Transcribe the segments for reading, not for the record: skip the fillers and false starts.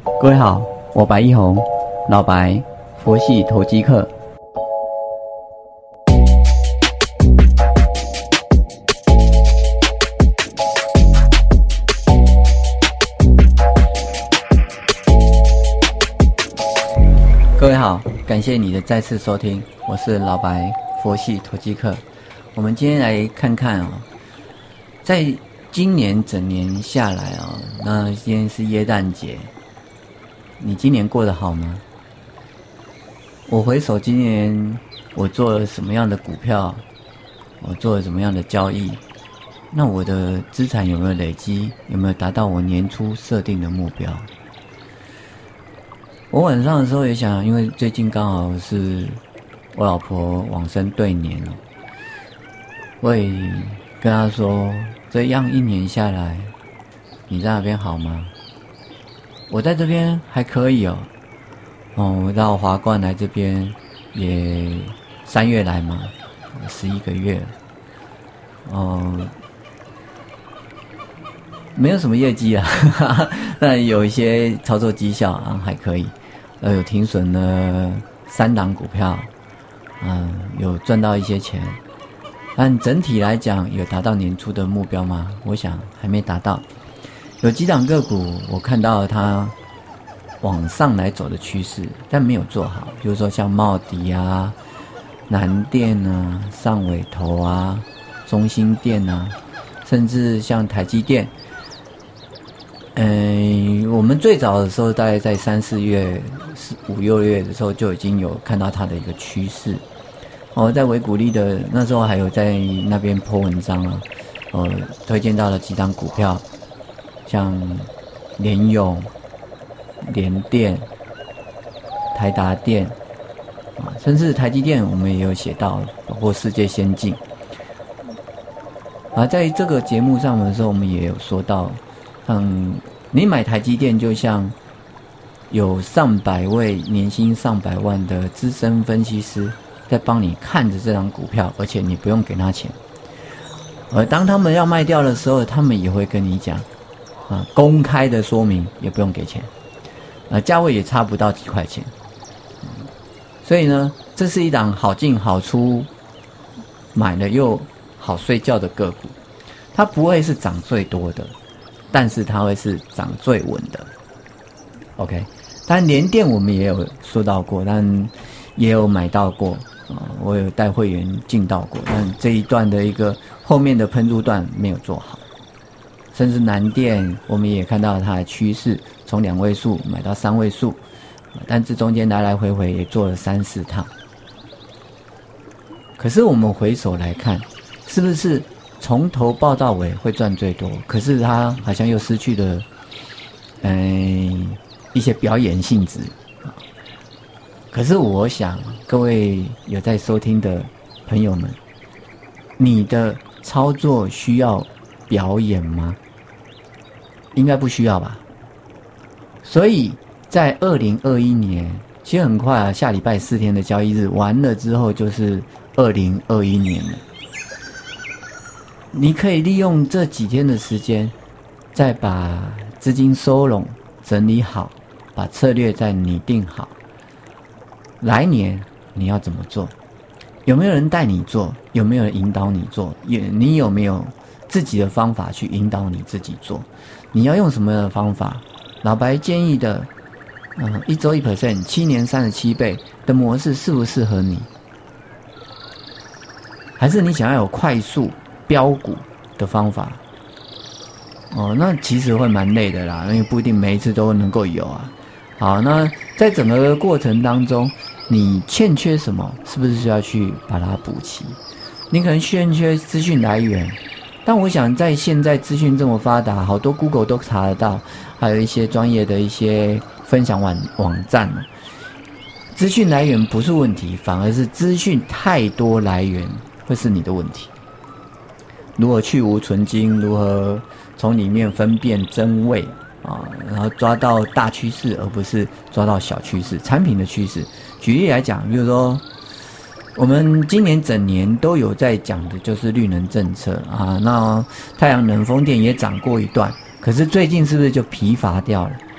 各位好，我白一红，老白，佛系投机客。各位好，感谢你的再次收听，我是老白，佛系投机客。我们今天来看看在今年整年下来那今天是耶诞节，你今年过得好吗？我回首今年我做了什么样的股票，我做了什么样的交易，那我的资产有没有累积，有没有达到我年初设定的目标？我晚上的时候也想，因为最近刚好是我老婆往生对年了，我也跟她说，这样一年下来，你在那边好吗？我在这边还可以我到华冠来这边也3月来嘛，11个月没有什么业绩啊，但有一些操作绩效还可以，有停损了3档股票，有赚到一些钱，但整体来讲有达到年初的目标吗？我想还没达到。有几档个股我看到它往上来走的趋势，但没有做好，比如说像茂迪啊、南电啊、上尾投啊、中兴电啊，甚至像台积电。我们最早的时候大概在3、4月、5、6月的时候就已经有看到它的一个趋势。在维股利的那时候还有在那边 po 文章推荐到了几档股票，像联咏、联电、台达电甚至台积电我们也有写到，包括世界先进。在这个节目上的时候我们也有说到，你买台积电就像有上百位年薪上百万的资深分析师在帮你看着这张股票，而且你不用给他钱。而当他们要卖掉的时候，他们也会跟你讲公开的说明，也不用给钱，价位也差不到几块钱。所以呢，这是一档好进好出，买了又好睡觉的个股。它不会是涨最多的，但是它会是涨最稳的。OK， 但联电我们也有说到过，但也有买到过我有带会员进到过，但这一段的一个后面的喷出段没有做好。甚至南电我们也看到它的趋势，从2位数买到3位数，但这中间来来回回也做了3、4趟。可是我们回首来看，是不是从头报到尾会赚最多？可是它好像又失去了一些表演性质。可是我想各位有在收听的朋友们，你的操作需要表演吗？应该不需要吧。所以在2021年，其实很快下礼拜4天的交易日完了之后就是2021年了。你可以利用这几天的时间，再把资金收拢整理好，把策略再拟定好。来年你要怎么做？有没有人带你做？有没有人引导你做？你有没有自己的方法去引导你自己做？你要用什么样的方法？老白建议的1周 1%、7年37倍的模式适不适合你？还是你想要有快速标股的方法？那其实会蛮累的啦，因为不一定每一次都能够有啊。好，那在整个过程当中，你欠缺什么？是不是需要去把它补齐？你可能欠缺资讯来源，但我想在现在资讯这么发达，好多 Google 都查得到，还有一些专业的一些分享网站，资讯来源不是问题，反而是资讯太多来源会是你的问题。如何去无存精，如何从里面分辨真伪然后抓到大趋势，而不是抓到小趋势，产品的趋势。举例来讲，比如说我们今年整年都有在讲的就是绿能政策那太阳能风电也涨过一段，可是最近是不是就疲乏掉了？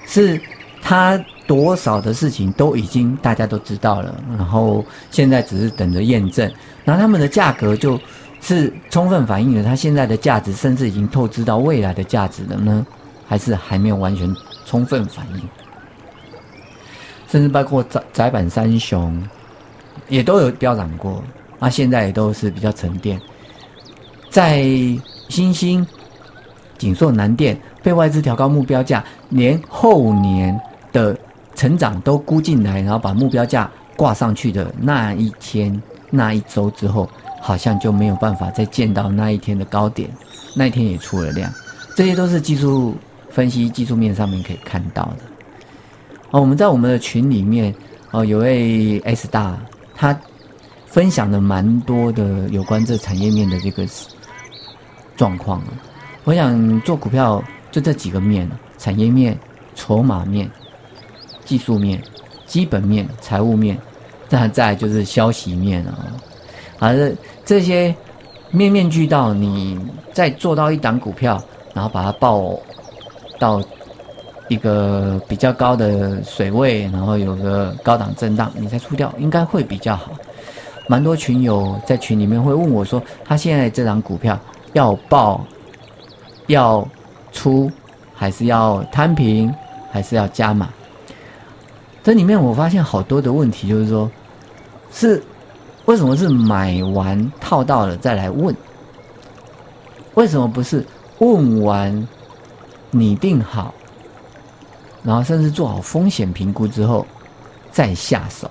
是它多少的事情都已经大家都知道了，然后现在只是等着验证，然后他们的价格就是充分反映了它现在的价值，甚至已经透支到未来的价值了呢？还是还没有完全充分反映？甚至包括载板三雄也都有飙涨过，现在也都是比较沉淀。在新兴、景硕、南电被外资调高目标价，连后年的成长都估进来，然后把目标价挂上去的那一天、那一周之后，好像就没有办法再见到那一天的高点，那一天也出了量，这些都是技术分析、技术面上面可以看到的。我们在我们的群里面，有位 S 大，他分享了蛮多的有关这产业面的这个状况。我想做股票就这几个面：产业面、筹码面、技术面、基本面、财务面，再来就是消息面这些面面俱到，你再做到一档股票，然后把它报到一个比较高的水位，然后有个高档震荡，你再出掉，应该会比较好。蛮多群友在群里面会问我说，他现在这档股票要报、要出，还是要摊平，还是要加码？这里面我发现好多的问题，就是说，为什么是买完套到了再来问？为什么不是问完拟定好，然后甚至做好风险评估之后再下手？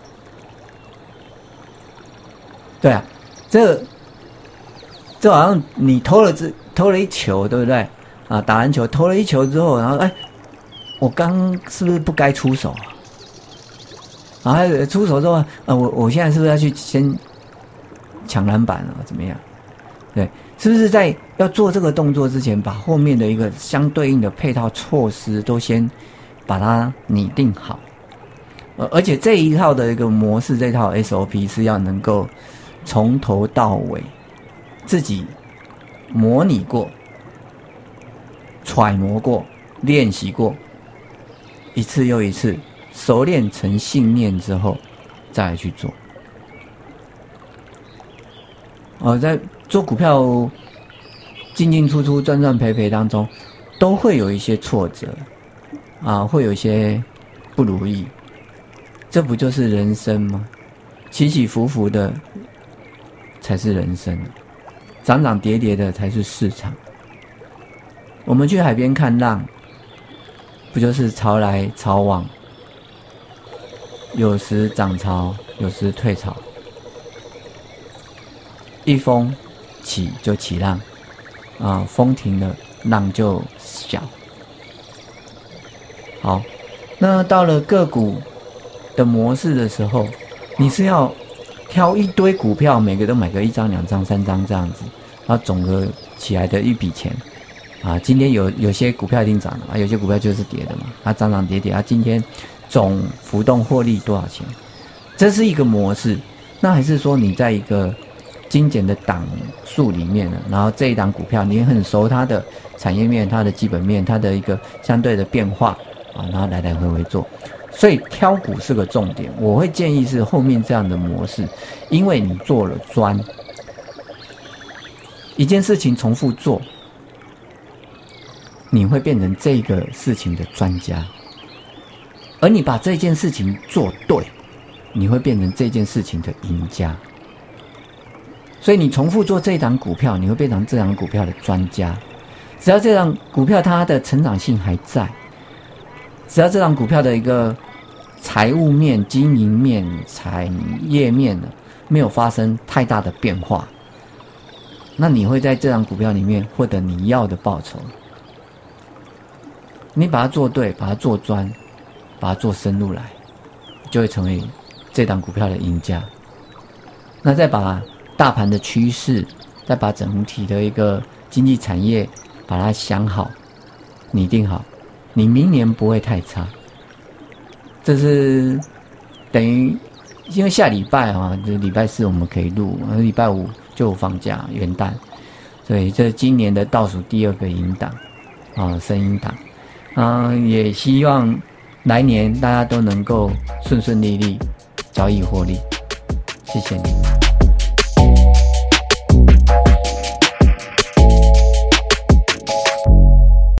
对啊，这好像你投了一球，对不对？打篮球投了一球之后，然后我刚是不是不该出手啊？然后出手之后，我现在是不是要去先抢篮板了？怎么样？对，是不是在要做这个动作之前，把后面的一个相对应的配套措施都先把它拟定好？而且这一套的一个模式，这套 SOP 是要能够从头到尾自己模拟过、揣摩过、练习过，一次又一次，熟练成信念之后，再来去做。在做股票进进出出、赚赚赔赔当中，都会有一些挫折会有一些不如意，这不就是人生吗？起起伏伏的才是人生，涨涨跌跌的才是市场。我们去海边看浪，不就是潮来潮往，有时涨潮，有时退潮，一风起就起浪风停了，浪就小。好，那到了个股的模式的时候，你是要挑一堆股票，每个都买个1张、2张、3张这样子，然后总额起来的一笔钱今天有些股票一定涨了有些股票就是跌的嘛，涨涨跌跌今天总浮动获利多少钱？这是一个模式。那还是说你在一个精简的档数里面呢，然后这一档股票你很熟它的产业面、它的基本面、它的一个相对的变化然后来来回回做。所以挑股是个重点，我会建议是后面这样的模式，因为你做了专，一件事情重复做，你会变成这个事情的专家，而你把这件事情做对，你会变成这件事情的赢家。所以你重复做这一档股票，你会变成这档股票的专家。只要这档股票它的成长性还在，只要这档股票的一个财务面、经营面、产业面没有发生太大的变化，那你会在这档股票里面获得你要的报酬。你把它做对，把它做专，把它做深入来，就会成为这档股票的赢家。那再把大盘的趋势，再把整体的一个经济产业把它想好、拟定好，你明年不会太差。这是等于因为下礼拜就礼拜4我们可以录，礼拜5就放假元旦，所以这今年的倒数第2个音档声音档。 也希望来年大家都能够顺顺利利，交易获利。谢谢你。